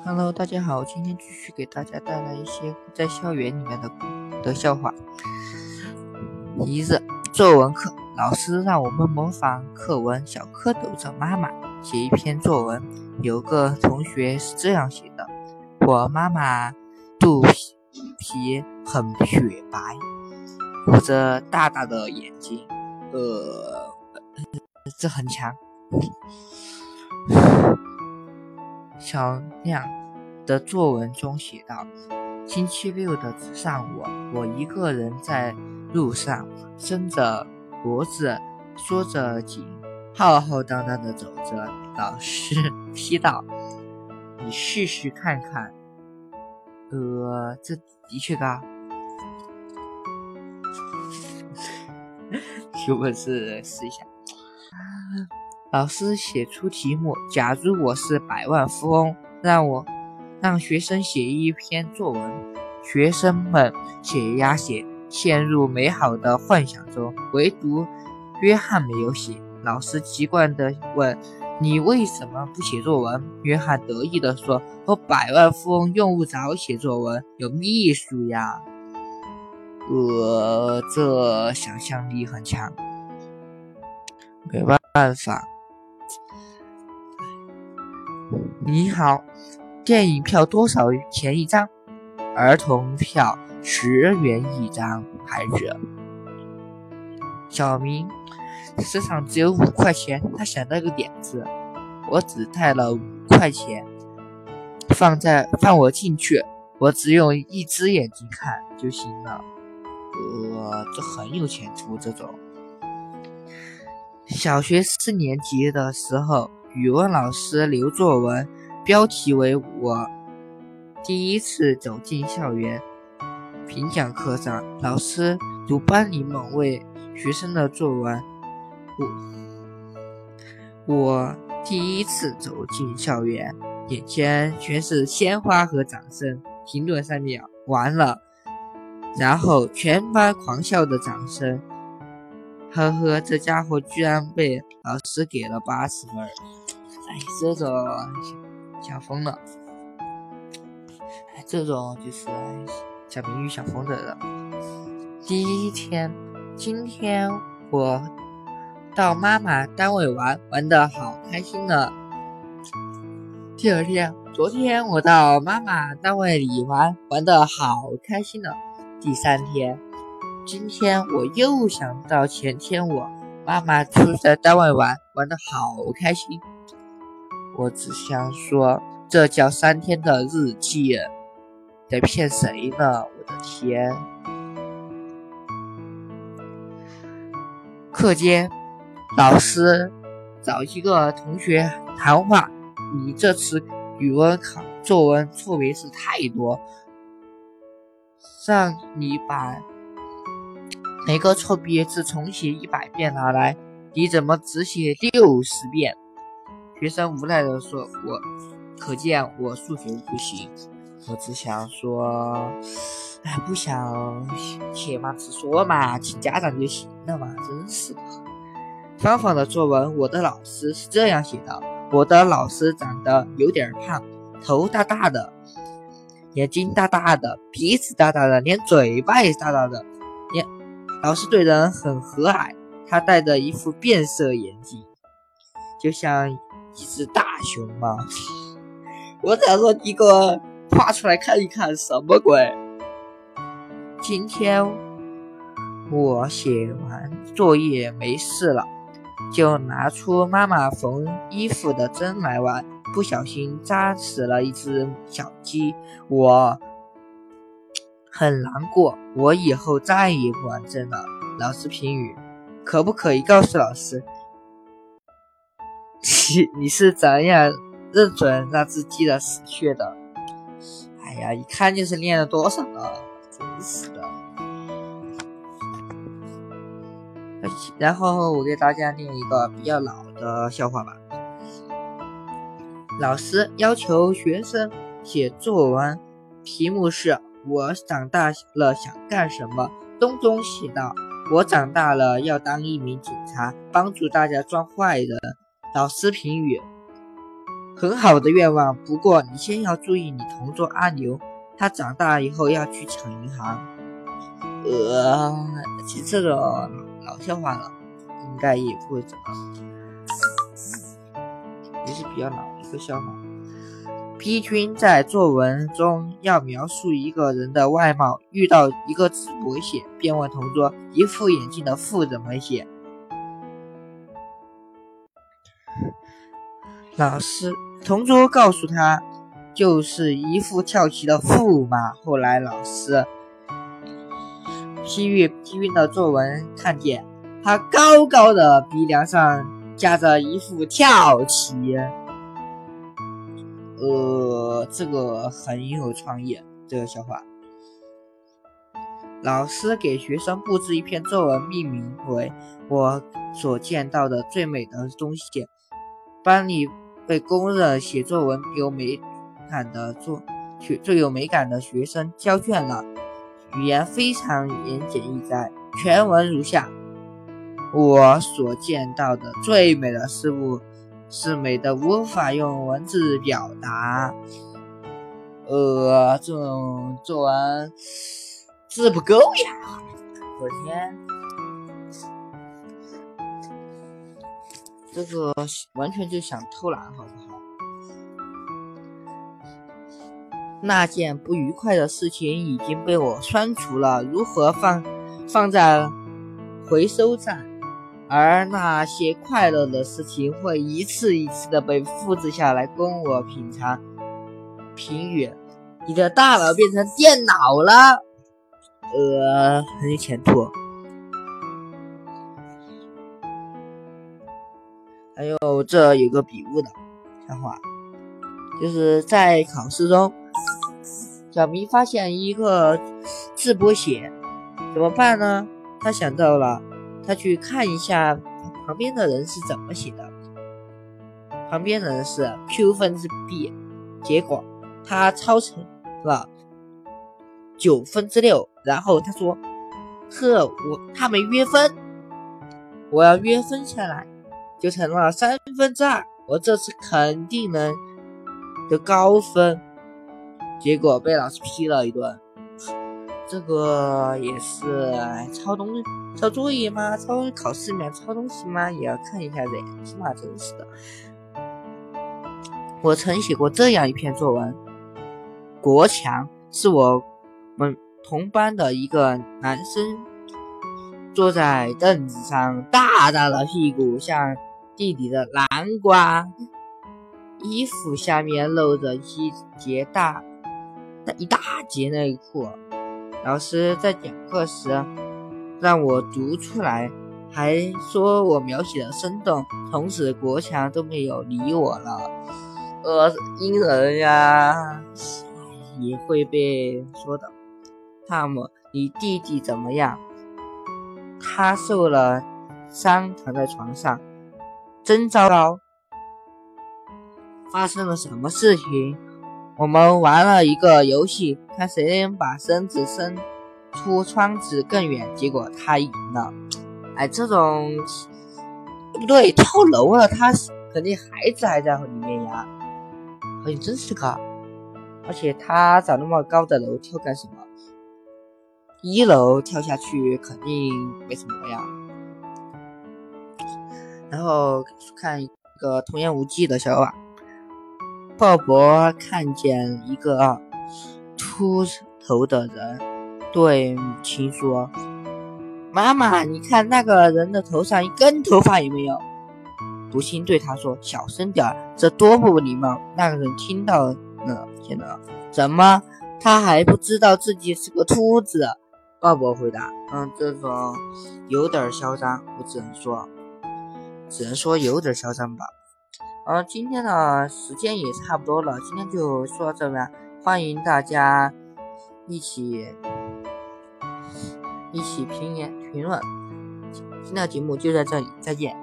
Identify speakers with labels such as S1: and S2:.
S1: Hello，大家好，今天继续给大家带来一些在校园里面的笑话。一日作文课，老师让我们模仿课文《小蝌蚪找妈妈》，写一篇作文。有个同学是这样写的：我妈妈肚皮很雪白，有着大大的眼睛，这很强。小亮的作文中写道：星期六的上午，我一个人在路上，伸着脖子，缩着颈，浩浩荡荡地走着。老师批道：你试试看看。这的确高。有本事试一下。老师写出题目：假如我是百万富翁，让学生写一篇作文。学生们写呀写，陷入美好的幻想中，唯独约翰没有写。老师奇怪地问：你为什么不写作文？约翰得意地说：我百万富翁用不着写作文，有秘书呀。这想象力很强。没办法。你好，电影票多少钱一张？儿童票10元一张，孩子。小明身上只有5块钱，他想到一个点子：我只带了5块钱，放我进去，我只用一只眼睛看就行了。这很有前途。这种小学4年级的时候，语文老师留作文，标题为我第一次走进校园。评讲课上，老师读班里某位学生的作文，我第一次走进校园，眼前全是鲜花和掌声。停顿3秒，完了。然后全班狂笑的掌声。呵呵，这家伙居然被老师给了80分。这种想疯了。这种就是小明与小疯的人。第一天，今天我到妈妈单位玩得好开心呢。第二天，昨天我到妈妈单位里玩得好开心呢。第三天，今天我又想到前天我妈妈出在单位玩得好开心。我只想说，这叫3天的日记，在骗谁呢？我的天！课间，老师找一个同学谈话：你这次语文作文错别字太多，让你把每个错别字重写100遍拿来，你怎么只写60遍？学生无奈地说：可见我数学不行。我只想说，不想写嘛，只说嘛，请家长就行了嘛，真是的。芳芳的作文，我的老师是这样写的：我的老师长得有点胖，头大大的，眼睛大大的，鼻子大大的，连嘴巴也大大的。老师对人很和蔼，他戴着一副变色眼镜，就像一只大熊猫。我想说，你给我画出来看一看，什么鬼？今天我写完作业没事了，就拿出妈妈缝衣服的针来玩，不小心扎死了一只小鸡，我很难过，我以后再也不玩针了。老师评语：可不可以告诉老师，你是怎样认准那只鸡的死穴的？哎呀，一看就是练了多少了，真是的。然后我给大家念一个比较老的笑话吧。老师要求学生写作文，题目是我长大了想干什么。东东写道：我长大了要当一名警察，帮助大家抓坏人。老师评语： 很好的愿望，不过你先要注意你同桌阿牛，他长大以后要去抢银行。其实这种老笑话了，应该也不会怎么，也是比较老一个笑话。B 君在作文中要描述一个人的外貌，遇到一个字不会写，便问同桌一副眼镜的副怎么写。同桌告诉他就是一副翘起的副嘛。后来老师批阅的作文看见他高高的鼻梁上夹着一副跳棋。这个很有创意，这个笑话。老师给学生布置一篇作文，命名为我所见到的最美的东西。班里被公认写作文最有美感的学生交卷了，语言非常言简意赅，全文如下：我所见到的最美的事物是美的无法用文字表达。这种作文字不够呀！我天，这个完全就想偷懒，好不好？那件不愉快的事情已经被我删除了，如何放在回收站？而那些快乐的事情会一次一次的被复制下来供我品尝。评语：你的大脑变成电脑了。很有前途。还有这有个笔误的笑话，就是在考试中，小明发现一个字不会写，怎么办呢？他想到了，他去看一下旁边的人是怎么写的。旁边的人是 Q 分之 B， 结果他抄成了9分之6，然后他说：他没约分，我要约分下来，就成了3分之2，我这次肯定能得高分。结果被老师批了一顿。这个也是抄作业吗？考试里面抄东西吗？也要看一下人，起码真是的。我曾写过这样一篇作文，国强是我们同班的一个男生，坐在凳子上，大大的屁股像地里的南瓜，衣服下面露着一大截内裤。老师在讲课时让我读出来，还说我描写的生动，从此国强都没有理我了。阴人呀，也会被说的。那么你弟弟怎么样？他受了伤，躺在床上，真糟糕。发生了什么事情？我们玩了一个游戏，看谁能把绳子伸出窗子更远，结果他赢了。这种不对，跳楼了，他肯定孩子还在里面呀。你真是个，而且他长那么高的楼跳干什么？1楼跳下去肯定没什么呀。然后看一个童言无忌的笑话。鲍勃看见一个秃头的人，对母亲说：妈妈，你看那个人的头上一根头发也没有。母亲对他说：小声点，这多不礼貌。那个人听到了，天哪，怎么他还不知道自己是个秃子？鲍勃回答：这种有点嚣张，我只能说有点嚣张吧。今天的时间也差不多了，今天就说到这边，欢迎大家一起评论。今天的节目就在这里，再见。